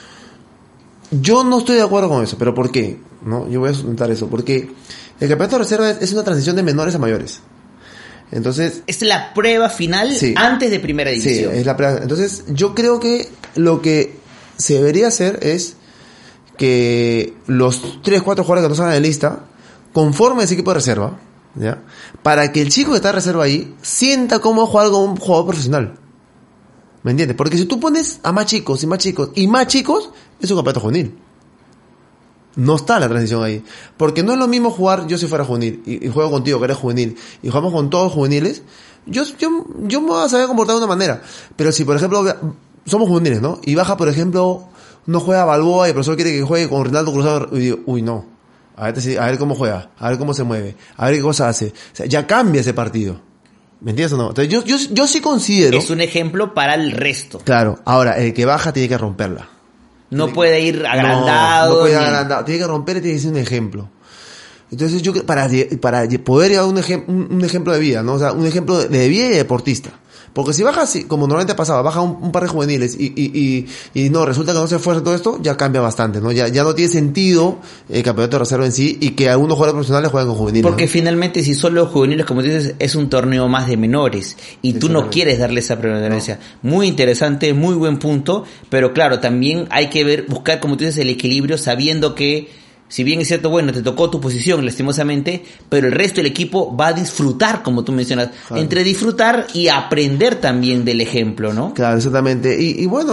Yo no estoy de acuerdo con eso, pero ¿por qué? ¿No? Yo voy a sustentar eso, porque el campeonato de reserva es una transición de menores a mayores. Entonces, es la prueba final antes de primera división. Sí, es la prueba. Entonces, yo creo que lo que se debería hacer es que los 3-4 jugadores que no salgan de lista conformen ese equipo de reserva, ¿ya? Para que el chico que está en reserva ahí sienta cómo jugar con un jugador profesional. ¿Me entiendes? Porque si tú pones a más chicos y más chicos y más chicos, es un campeonato juvenil. No está la transición ahí. Porque no es lo mismo jugar, yo si fuera juvenil, y juego contigo que eres juvenil, y jugamos con todos juveniles, yo me voy a saber comportar de una manera. Pero si, por ejemplo, somos juveniles, ¿no? Y baja, por ejemplo, no juega Balboa y el profesor quiere que juegue con Rinaldo Cruzado, y digo, uy, no. A ver cómo juega, a ver cómo se mueve, a ver qué cosa hace. O sea, ya cambia ese partido. ¿Me entiendes o no? Entonces yo sí considero... Es un ejemplo para el resto. Claro, ahora, el que baja tiene que romperla. No puede ir agrandado. No puede ir agrandado. Tiene que romper y tiene que ser un ejemplo. Entonces yo creo para poder llevar un ejemplo de vida, ¿no? O sea, un ejemplo de vida y de deportista. Porque si baja así, como normalmente pasaba, baja un par de juveniles y no, resulta que no se esfuerza todo esto, ya cambia bastante, ¿no? Ya no tiene sentido el campeonato de reserva en sí y que algunos jugadores profesionales jueguen con juveniles. Porque ¿no? Finalmente, si son los juveniles, como dices, es un torneo más de menores y tú no quieres darle esa prevalencia. No. Muy interesante, muy buen punto, pero claro, también hay que buscar, como tú dices, el equilibrio sabiendo que si bien es cierto, bueno, te tocó tu posición, lastimosamente, pero el resto del equipo va a disfrutar, como tú mencionas, claro. Entre disfrutar y aprender también del ejemplo, ¿no? Claro, exactamente. Y bueno,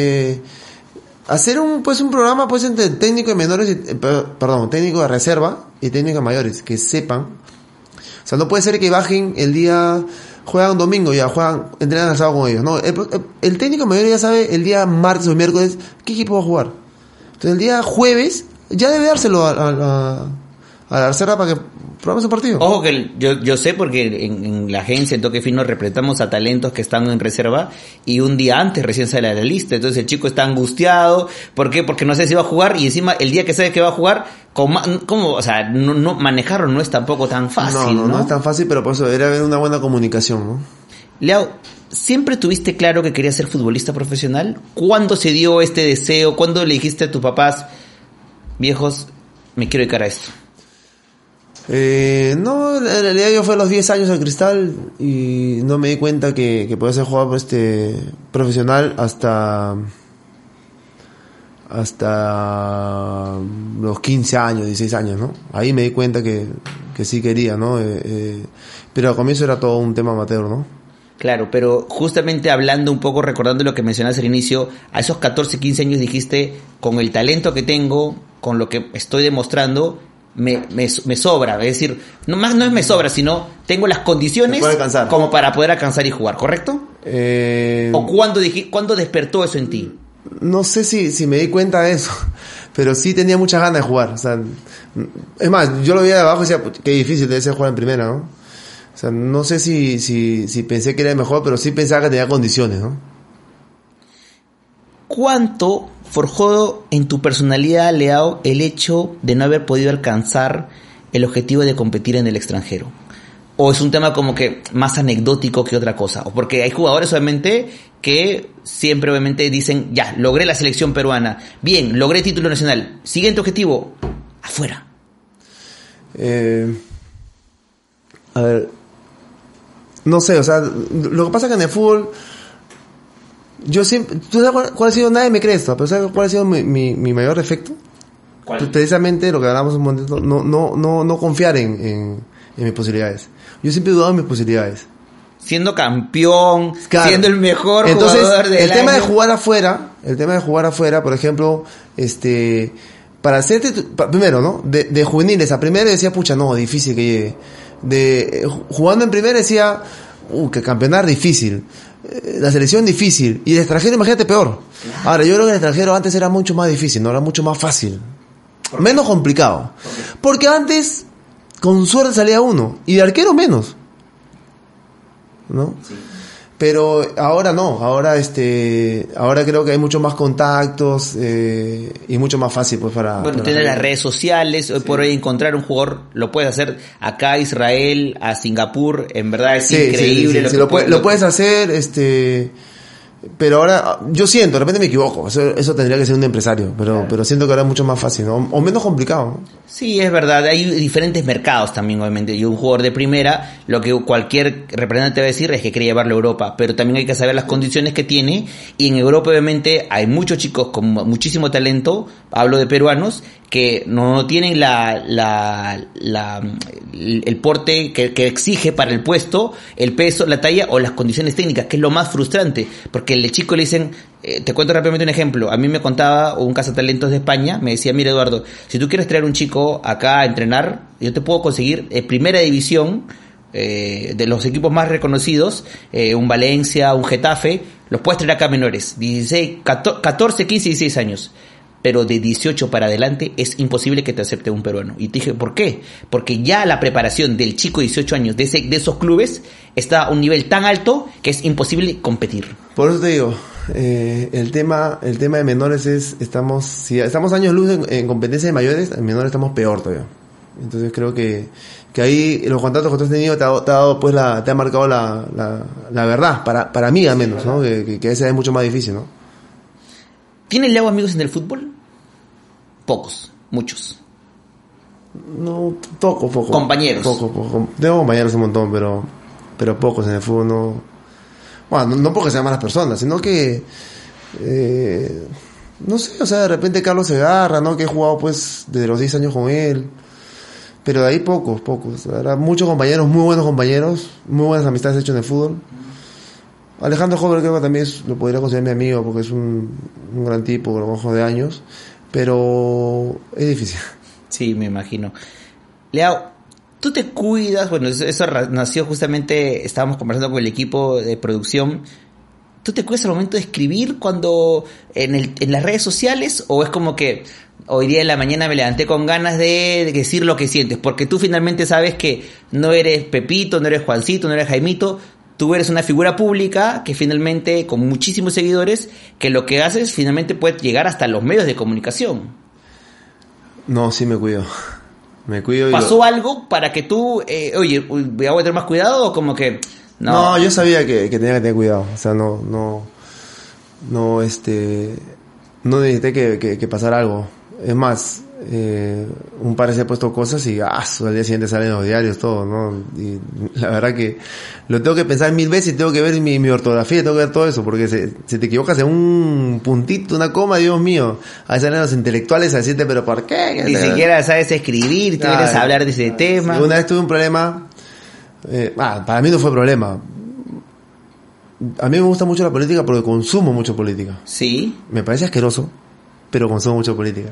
hacer un programa pues entre técnico de menores, técnico de reserva y técnico de mayores, que sepan. O sea, no puede ser que bajen el día, juegan un domingo, ya entrenan el sábado con ellos. No, el técnico de mayores ya sabe el día martes o miércoles qué equipo va a jugar. Entonces el día jueves ya debe dárselo a la reserva para que probemos el partido. Ojo que yo sé porque en la agencia en Toque Fino representamos a talentos que están en reserva y un día antes recién sale a la lista, entonces el chico está angustiado. ¿Por qué? Porque no sé si va a jugar y encima el día que sabe que va a jugar, ¿cómo? O sea, no manejarlo no es tampoco tan fácil, ¿no? No es tan fácil, pero por eso debería haber una buena comunicación, ¿no? Leo, ¿siempre tuviste claro que querías ser futbolista profesional? ¿Cuándo se dio este deseo? ¿Cuándo le dijiste a tus papás, viejos, me quiero dedicar a esto? No, en realidad yo fui a los 10 años al Cristal y no me di cuenta que podía ser jugador profesional hasta los 15 años, 16 años, ¿no? Ahí me di cuenta que sí quería, ¿no? Pero al comienzo era todo un tema amateur, ¿no? Claro, pero justamente hablando un poco, recordando lo que mencionaste al inicio, a esos 14, 15 años dijiste, con el talento que tengo, con lo que estoy demostrando, me sobra. Es decir, no es me sobra, sino tengo las condiciones como para poder alcanzar y jugar, ¿correcto? ¿O cuándo despertó eso en ti? No sé si me di cuenta de eso, pero sí tenía muchas ganas de jugar. O sea, es más, yo lo veía de abajo y decía, qué difícil debe ser jugar en primera, ¿no? O sea, no sé si pensé que era mejor, pero sí pensaba que tenía condiciones, ¿no? ¿Cuánto forjó en tu personalidad, Leao, el hecho de no haber podido alcanzar el objetivo de competir en el extranjero? ¿O es un tema como que más anecdótico que otra cosa? O porque hay jugadores obviamente que siempre obviamente dicen, ya, logré la selección peruana, bien, logré título nacional, siguiente objetivo, afuera. A ver, no sé, o sea, lo que pasa es que en el fútbol yo siempre, ¿tú sabes cuál ha sido? Nadie me cree esto, pero ¿sabes cuál ha sido mi mayor defecto? ¿Cuál? Pues precisamente lo que hablamos un momento, no confiar en mis posibilidades. Yo siempre he dudado en mis posibilidades. Siendo campeón, claro, siendo el mejor entonces, jugador del el tema año. de jugar afuera, por ejemplo, para hacerte, primero, ¿no? De juveniles a primera decía, pucha, no, difícil que llegue. Jugando en primera decía, que campeonar difícil. La selección difícil. Y el extranjero, imagínate, peor. Ahora, yo creo que el extranjero antes era mucho más difícil, ¿no? Era mucho más fácil. Menos complicado. Porque antes, con suerte salía uno. Y de arquero menos. ¿no? Sí. Pero ahora no, ahora creo que hay muchos más contactos y mucho más fácil pues para... Bueno, tiene las redes sociales, hoy por hoy encontrar un jugador, lo puedes hacer acá a Israel, a Singapur, en verdad es increíble. Lo puedes hacer, pero ahora, yo siento, de repente me equivoco, eso tendría que ser un empresario, pero siento que ahora es mucho más fácil, ¿no? O menos complicado, ¿no? Sí, es verdad, hay diferentes mercados también, obviamente, y un jugador de primera, lo que cualquier representante va a decir es que quiere llevarlo a Europa, pero también hay que saber las condiciones que tiene, y en Europa obviamente hay muchos chicos con muchísimo talento, hablo de peruanos, que no tienen el porte que exige para el puesto, el peso, la talla o las condiciones técnicas, que es lo más frustrante, porque el chico le dicen, te cuento rápidamente un ejemplo, a mí me contaba un cazatalentos de España, me decía, mira Eduardo, si tú quieres traer un chico acá a entrenar, yo te puedo conseguir primera división, de los equipos más reconocidos, un Valencia, un Getafe, los puedes traer acá menores, 14, 15, 16 años. Pero de 18 para adelante es imposible que te acepte un peruano. Y te dije, ¿por qué? Porque ya la preparación del chico de 18 años de esos clubes está a un nivel tan alto que es imposible competir. Por eso te digo, el tema de menores si estamos años luz en competencia de mayores, en menores estamos peor todavía. Entonces creo que ahí los contactos que tú has tenido te ha marcado la verdad, para mí al menos, ¿no? Que a veces es mucho más difícil, ¿no? ¿Tienes Leo amigos en el fútbol? Pocos, muchos. No, poco. Compañeros. Poco. Tengo compañeros un montón, pero pocos en el fútbol. No, bueno, no porque sean malas personas, sino que no sé, o sea, de repente Carlos Segarra, ¿no? Que he jugado pues desde los 10 años con él. Pero de ahí pocos. Habrá muchos compañeros, muy buenos compañeros, muy buenas amistades hechas en el fútbol. Alejandro Jover creo que también lo podría considerar mi amigo porque es un gran tipo, lo conozco de años, pero es difícil. Sí, me imagino. Leao, tú te cuidas, bueno, eso nació justamente, estábamos conversando con el equipo de producción. ¿Tú te cuidas al momento de escribir cuando en las redes sociales o es como que hoy día en la mañana me levanté con ganas de decir lo que sientes? Porque tú finalmente sabes que no eres Pepito, no eres Juancito, no eres Jaimito. Tú eres una figura pública que finalmente, con muchísimos seguidores, que lo que haces finalmente puede llegar hasta los medios de comunicación. No, sí me cuido. ¿Pasó algo para que tú, oye, voy a tener más cuidado o como que... No, yo sabía que tenía que tener cuidado. O sea, no necesité que pasara algo. Es más, un par se ha puesto cosas y al día siguiente salen los diarios, todo, ¿no? Y la verdad que lo tengo que pensar 1000 veces y tengo que ver mi ortografía, tengo que ver todo eso, porque si te equivocas en un puntito, una coma, Dios mío, a veces salen los intelectuales a decirte, pero ¿por qué? Ni siquiera sabes escribir, tú quieres hablar de ese tema. Una vez tuve un problema, para mí no fue problema. A mí me gusta mucho la política porque consumo mucho política. Sí. Me parece asqueroso, pero consumo mucho política.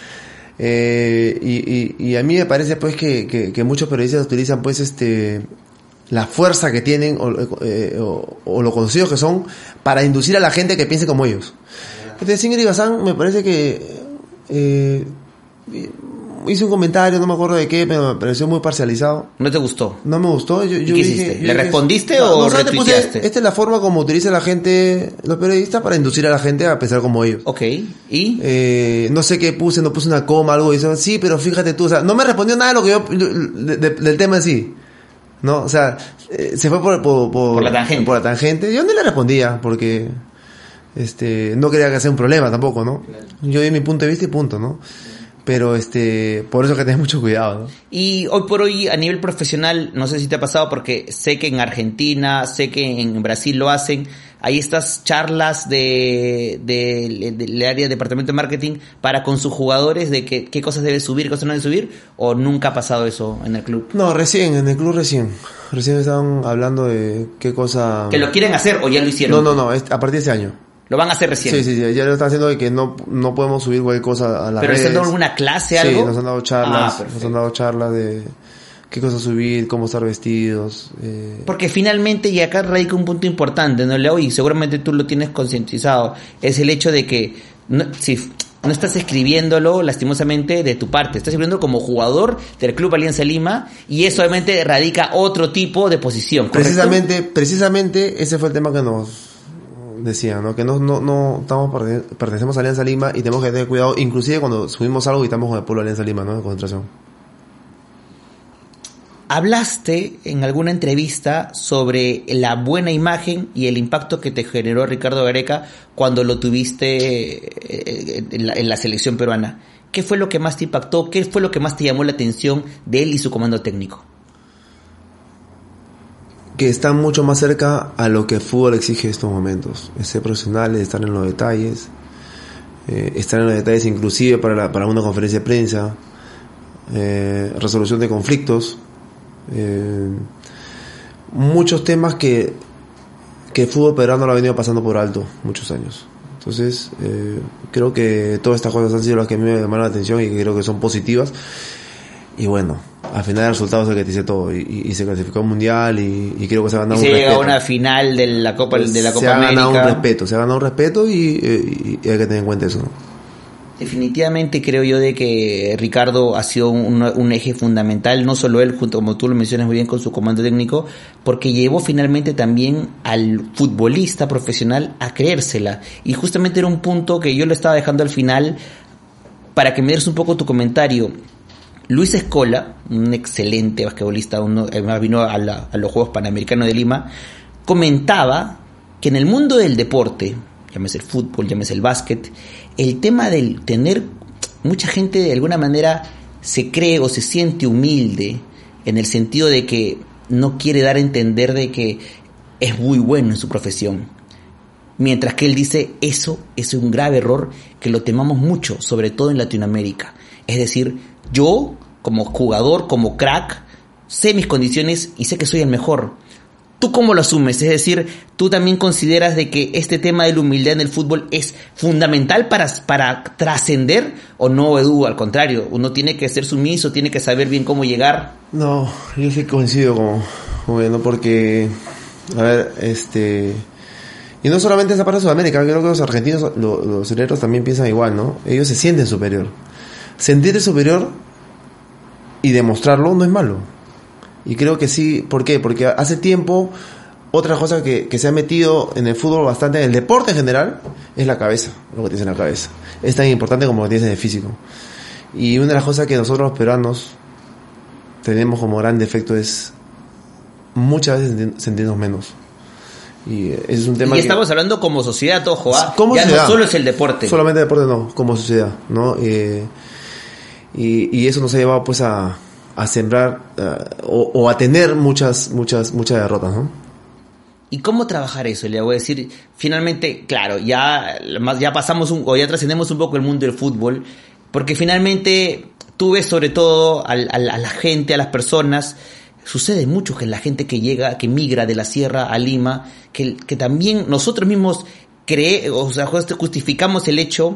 Y a mí me parece pues que muchos periodistas utilizan pues la fuerza que tienen o lo conocidos que son para inducir a la gente que piense como ellos. Ingrid Bazán me parece que hice un comentario, no me acuerdo de qué, pero me pareció muy parcializado. ¿No te gustó? No me gustó. ¿Y qué hiciste? ¿Le respondiste o retuiteaste? Esta es la forma como utiliza la gente, los periodistas, para inducir a la gente a pensar como ellos. Ok, ¿y? No sé qué puse, no puse una coma, algo, y dice, sí, pero fíjate tú, o sea, no me respondió nada de lo que yo, del tema en sí. ¿No? O sea, se fue por la tangente. Por la tangente. Yo no le respondía, porque no quería que sea un problema tampoco, ¿no? Claro. Yo di mi punto de vista y punto, ¿no? Pero por eso que tenés mucho cuidado, ¿no? Y hoy por hoy a nivel profesional, no sé si te ha pasado porque sé que en Argentina, sé que en Brasil lo hacen, hay estas charlas del área de departamento de marketing para con sus jugadores de qué cosas deben subir, qué cosas no deben subir, o nunca ha pasado eso en el club. No, en el club recién estaban hablando de qué cosa... ¿Que lo quieren hacer o ya lo hicieron? No, a partir de este año. ¿Lo van a hacer recién? Sí, ya lo están haciendo de que no podemos subir cualquier cosa a las redes. ¿Pero les han dado alguna clase, algo? Sí, nos han dado charlas, de qué cosas subir, cómo estar vestidos. Porque finalmente, y acá radica un punto importante, ¿no, Leo? Y seguramente tú lo tienes concientizado, es el hecho de que, no estás escribiéndolo lastimosamente de tu parte, estás escribiendo como jugador del Club Alianza Lima, y eso obviamente radica otro tipo de posición, ¿correcto? Precisamente ese fue el tema que nos decía, ¿no? Que no estamos pertenecemos a Alianza Lima y tenemos que tener cuidado, inclusive cuando subimos algo y estamos con el pueblo de Alianza Lima, ¿no? De concentración. Hablaste en alguna entrevista sobre la buena imagen y el impacto que te generó Ricardo Gareca cuando lo tuviste en la selección peruana. ¿Qué fue lo que más te impactó? ¿Qué fue lo que más te llamó la atención de él y su comando técnico? Que están mucho más cerca a lo que el fútbol exige en estos momentos. Es ser profesionales, estar en los detalles, inclusive para una conferencia de prensa, resolución de conflictos. Muchos temas que el fútbol peruano lo ha venido pasando por alto muchos años. Entonces creo que todas estas cosas han sido las que a mí me llamaron la atención y que creo que son positivas. Y bueno, al final el resultado es el que te dice todo, y se clasificó al mundial y creo que se ha ganado un respeto. Se llega a una final de la Copa América. Se ha ganado un respeto y hay que tener en cuenta eso, ¿no? Definitivamente creo yo de que Ricardo ha sido un eje fundamental, no solo él, junto como tú lo mencionas muy bien con su comando técnico, porque llevó finalmente también al futbolista profesional a creérsela, y justamente era un punto que yo lo estaba dejando al final para que me des un poco tu comentario. Luis Escola, un excelente basquetbolista, además vino a los Juegos Panamericanos de Lima, comentaba que en el mundo del deporte, llámese el fútbol, llámese el básquet, el tema del tener, mucha gente de alguna manera se cree o se siente humilde en el sentido de que no quiere dar a entender de que es muy bueno en su profesión. Mientras que él dice, eso es un grave error que lo temamos mucho, sobre todo en Latinoamérica. Es decir, yo como jugador, como crack, sé mis condiciones y sé que soy el mejor. ¿Tú cómo lo asumes? Es decir, ¿tú también consideras de que este tema de la humildad en el fútbol es fundamental para trascender? ¿O no, Edu? Al contrario, uno tiene que ser sumiso, tiene que saber bien cómo llegar. No, yo sí coincido con él, ¿no? Porque, a ver, y no solamente esa parte de Sudamérica, creo que los argentinos, los brasileños también piensan igual, ¿no? Ellos se sienten superior. Sentirte superior y demostrarlo no es malo. Y creo que sí. ¿Por qué? Porque hace tiempo otra cosa que se ha metido en el fútbol bastante, en el deporte en general, es la cabeza, lo que tienes en la cabeza. Es tan importante como lo que tienes en el físico. Y una de las cosas que nosotros los peruanos tenemos como gran defecto es muchas veces sentirnos menos. Y ese es un tema. Y estamos hablando como sociedad, ojo, como ya sociedad. No solo es el deporte. Solamente el deporte no, como sociedad, ¿no? Y eso nos ha llevado pues a sembrar o a tener muchas derrotas, ¿no? ¿Y cómo trabajar eso? Le voy a decir, finalmente, claro, ya pasamos o ya trascendemos un poco el mundo del fútbol, porque finalmente tú ves sobre todo a la gente, a las personas. Sucede mucho que la gente que migra de la sierra a Lima, que también nosotros mismos justificamos el hecho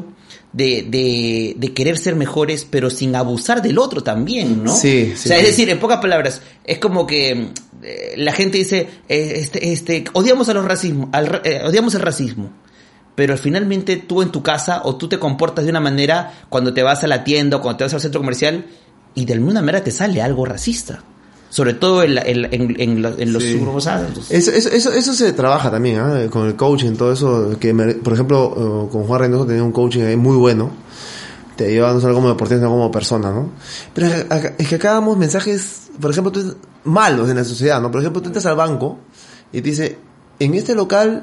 de querer ser mejores, pero sin abusar del otro también, ¿no? Sí. O sea, es decir, en pocas palabras, es como que la gente dice, odiamos odiamos el racismo, pero finalmente tú en tu casa o tú te comportas de una manera cuando te vas a la tienda o cuando te vas al centro comercial y de alguna manera te sale algo racista. Sobre todo en los grupos altos. Eso se trabaja también, ¿eh? Con el coaching, todo eso. Por ejemplo, con Juan Reynoso tenía un coaching ahí muy bueno. Te lleva no solo como deportista, sino como persona, ¿no? Pero es que acá damos mensajes, por ejemplo, malos en la sociedad, ¿no? Por ejemplo, tú entras al banco y te dice, en este local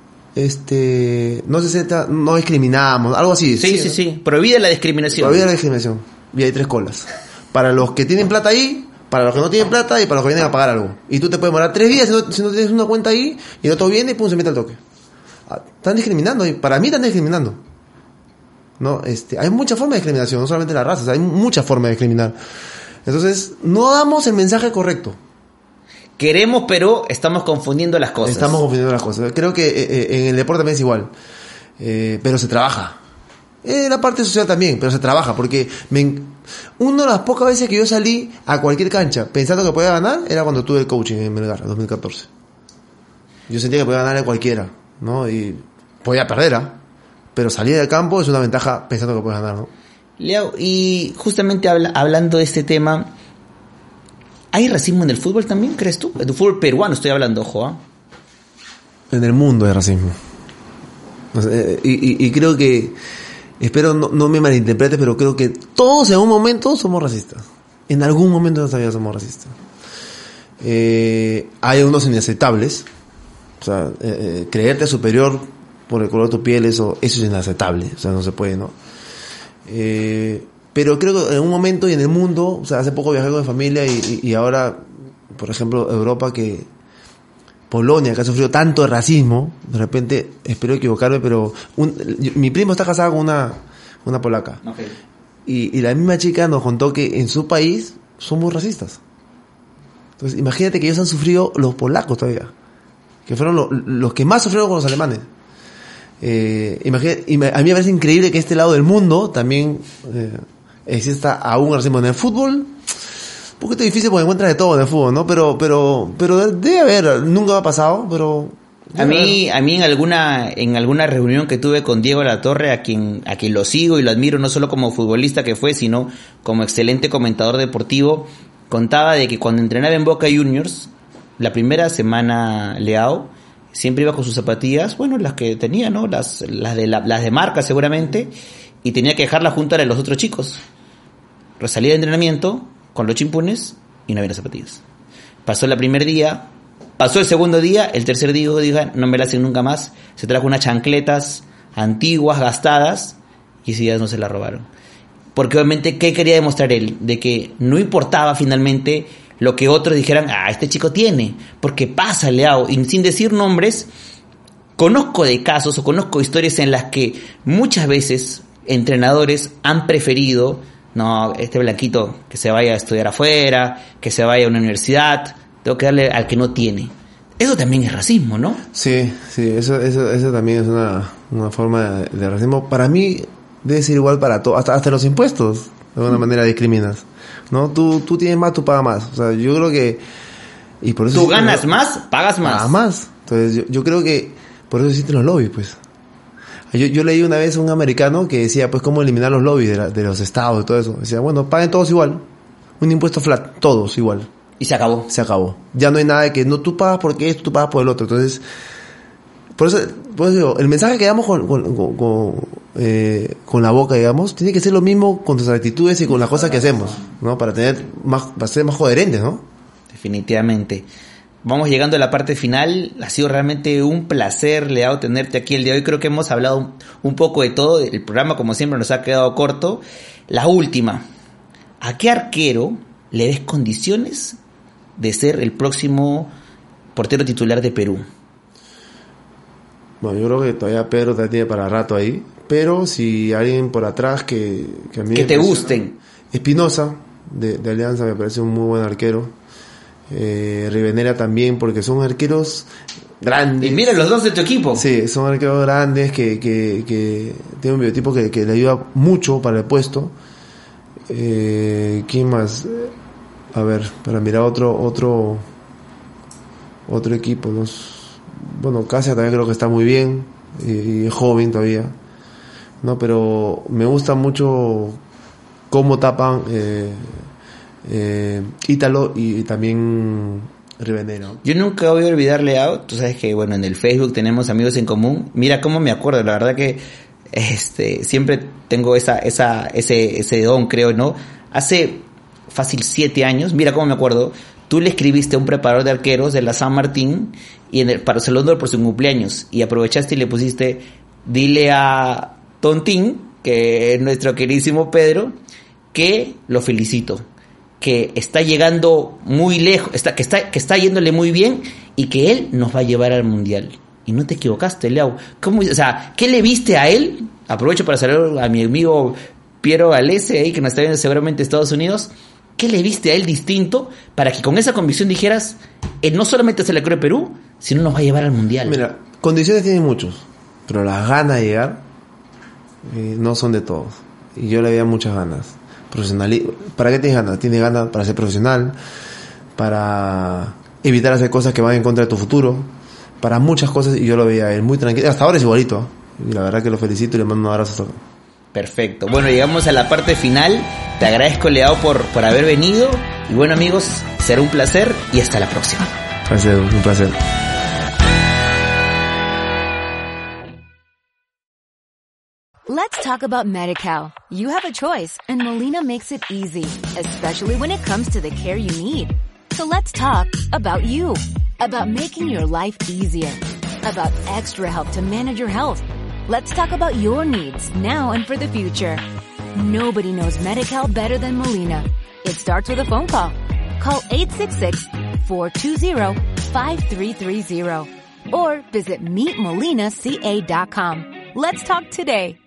no se acepta, no discriminamos, algo así. Sí. Prohibida la discriminación. Prohibida la discriminación. Y hay 3 colas. Para los que tienen plata ahí, para los que no tienen plata y para los que vienen a pagar algo. Y tú te puedes demorar 3 días si no tienes una cuenta ahí y el otro viene y pum, se mete al toque. Están discriminando, y para mí están discriminando. ¿No? Hay muchas formas de discriminación, no solamente la raza, hay muchas formas de discriminar. Entonces, no damos el mensaje correcto. Queremos, pero estamos confundiendo las cosas. Creo que en el deporte también es igual. Pero se trabaja. La parte social también, pero se trabaja, porque una de las pocas veces que yo salí a cualquier cancha pensando que podía ganar era cuando tuve el coaching en Melgar, en 2014. Yo sentía que podía ganar a cualquiera, ¿no? Y podía perder, pero salir del campo es una ventaja pensando que puedes ganar, ¿no? Leo, y justamente hablando de este tema, ¿hay racismo en el fútbol también, crees tú? En el fútbol peruano estoy hablando, ojo, ¿eh? En el mundo hay racismo. O sea, y creo que, espero no me malinterpretes, pero creo que todos en un momento somos racistas. En algún momento de nuestra vida somos racistas. Hay unos inaceptables. O sea, creerte superior por el color de tu piel, eso es inaceptable. O sea, no se puede, ¿no? Pero creo que en un momento y en el mundo, o sea, hace poco viajé con mi familia y ahora, por ejemplo, Europa, que Polonia, que ha sufrido tanto de racismo, de repente, espero equivocarme, pero mi primo está casado con una polaca. Okay. Y la misma chica nos contó que en su país son muy racistas. Entonces, imagínate que ellos han sufrido los polacos todavía, que fueron los que más sufrieron con los alemanes. A mí me parece increíble que este lado del mundo también exista aún racismo en el fútbol. Un poquito difícil porque encuentras de todo en el fútbol, ¿no? Pero debe haber, nunca ha pasado, pero a mí en alguna reunión que tuve con Diego Latorre, a quien lo sigo y lo admiro no solo como futbolista que fue, sino como excelente comentador deportivo, contaba de que cuando entrenaba en Boca Juniors, la primera semana Leao siempre iba con sus zapatillas, bueno, las que tenía, ¿no? Las de marca seguramente, y tenía que dejarlas junto a los otros chicos. Salía de entrenamiento con los chimpunes y no había las zapatillas. Pasó el primer día, pasó el segundo día, el tercer día diga, no me la hacen nunca más. Se trajo unas chancletas antiguas, gastadas, y ese día no se la robaron. Porque obviamente, ¿qué quería demostrar él? De que no importaba finalmente lo que otros dijeran, este chico tiene, porque pasa, Leao, y sin decir nombres, conozco de casos o conozco historias en las que muchas veces entrenadores han preferido, no, este blanquito que se vaya a estudiar afuera, que se vaya a una universidad, tengo que darle al que no tiene. Eso también es racismo, ¿no? Sí, eso también es una forma de racismo. Para mí debe ser igual para todos, hasta los impuestos, de alguna manera discriminas, ¿no? Tú tienes más, tú pagas más. O sea, yo creo que, y por eso tú ganas más, pagas más. Pagas más. Entonces yo creo que por eso existen los lobbies, pues. Yo leí una vez un americano que decía, pues, cómo eliminar los lobbies de los estados y todo eso. Decía, bueno, paguen todos igual. Un impuesto flat, todos igual. Y se acabó. Se acabó. Ya no hay nada de que, no, tú pagas porque esto, tú pagas por el otro. Entonces, por eso digo, el mensaje que damos con la boca, digamos, tiene que ser lo mismo con nuestras actitudes y con las cosas que hacemos, ¿no? Para ser más coherentes, ¿no? Definitivamente. Vamos llegando a la parte final. Ha sido realmente un placer, Leao, tenerte aquí el día de hoy. Creo que hemos hablado un poco de todo. El programa, como siempre, nos ha quedado corto. La última. ¿A qué arquero le ves condiciones de ser el próximo portero titular de Perú? Bueno, yo creo que todavía Pedro te tiene para rato ahí. Pero si alguien por atrás que a mí... Que te gusten. Espinosa, de Alianza, me parece un muy buen arquero. Rivenera también, porque son arqueros grandes. Y mira los dos de tu equipo. Sí, son arqueros grandes que tienen un biotipo que le ayuda mucho para el puesto. ¿Quién más? A ver, para mirar otro equipo. Bueno, Casia también creo que está muy bien y es joven todavía, ¿no? Pero me gusta mucho cómo tapan Ítalo y también Rivenera. Yo nunca voy a olvidar Leao. Tú sabes que, bueno, en el Facebook tenemos amigos en común. Mira cómo me acuerdo, la verdad que siempre tengo ese don, creo, ¿no? Hace fácil 7 años, mira cómo me acuerdo, tú le escribiste a un preparador de arqueros de la San Martín y para saludarlo por su cumpleaños, y aprovechaste y le pusiste, dile a Tontín, que es nuestro queridísimo Pedro, que lo felicito, que está llegando muy lejos, que está yéndole muy bien y que él nos va a llevar al Mundial. Y no te equivocaste, Leao. ¿Qué le viste a él? Aprovecho para saludar a mi amigo Piero Galese, ahí que nos está viendo seguramente en Estados Unidos. ¿Qué le viste a él distinto para que con esa convicción dijeras, él no solamente es el arquero de Perú, sino nos va a llevar al Mundial? Mira, condiciones tienen muchos, pero las ganas de llegar no son de todos. Y yo le veía muchas ganas. ¿Para qué tienes ganas? Tienes ganas para ser profesional, para evitar hacer cosas que van en contra de tu futuro, para muchas cosas, y yo lo veía él muy tranquilo. Hasta ahora es igualito, Y la verdad que lo felicito y le mando un abrazo. Perfecto. Bueno, llegamos a la parte final. Te agradezco, Leao, por haber venido. Y bueno, amigos, será un placer y hasta la próxima. Gracias, un placer. Let's talk about Medi-Cal. You have a choice, and Molina makes it easy, especially when it comes to the care you need. So let's talk about you, about making your life easier, about extra help to manage your health. Let's talk about your needs now and for the future. Nobody knows Medi-Cal better than Molina. It starts with a phone call. Call 866-420-5330 or visit meetmolinaca.com. Let's talk today.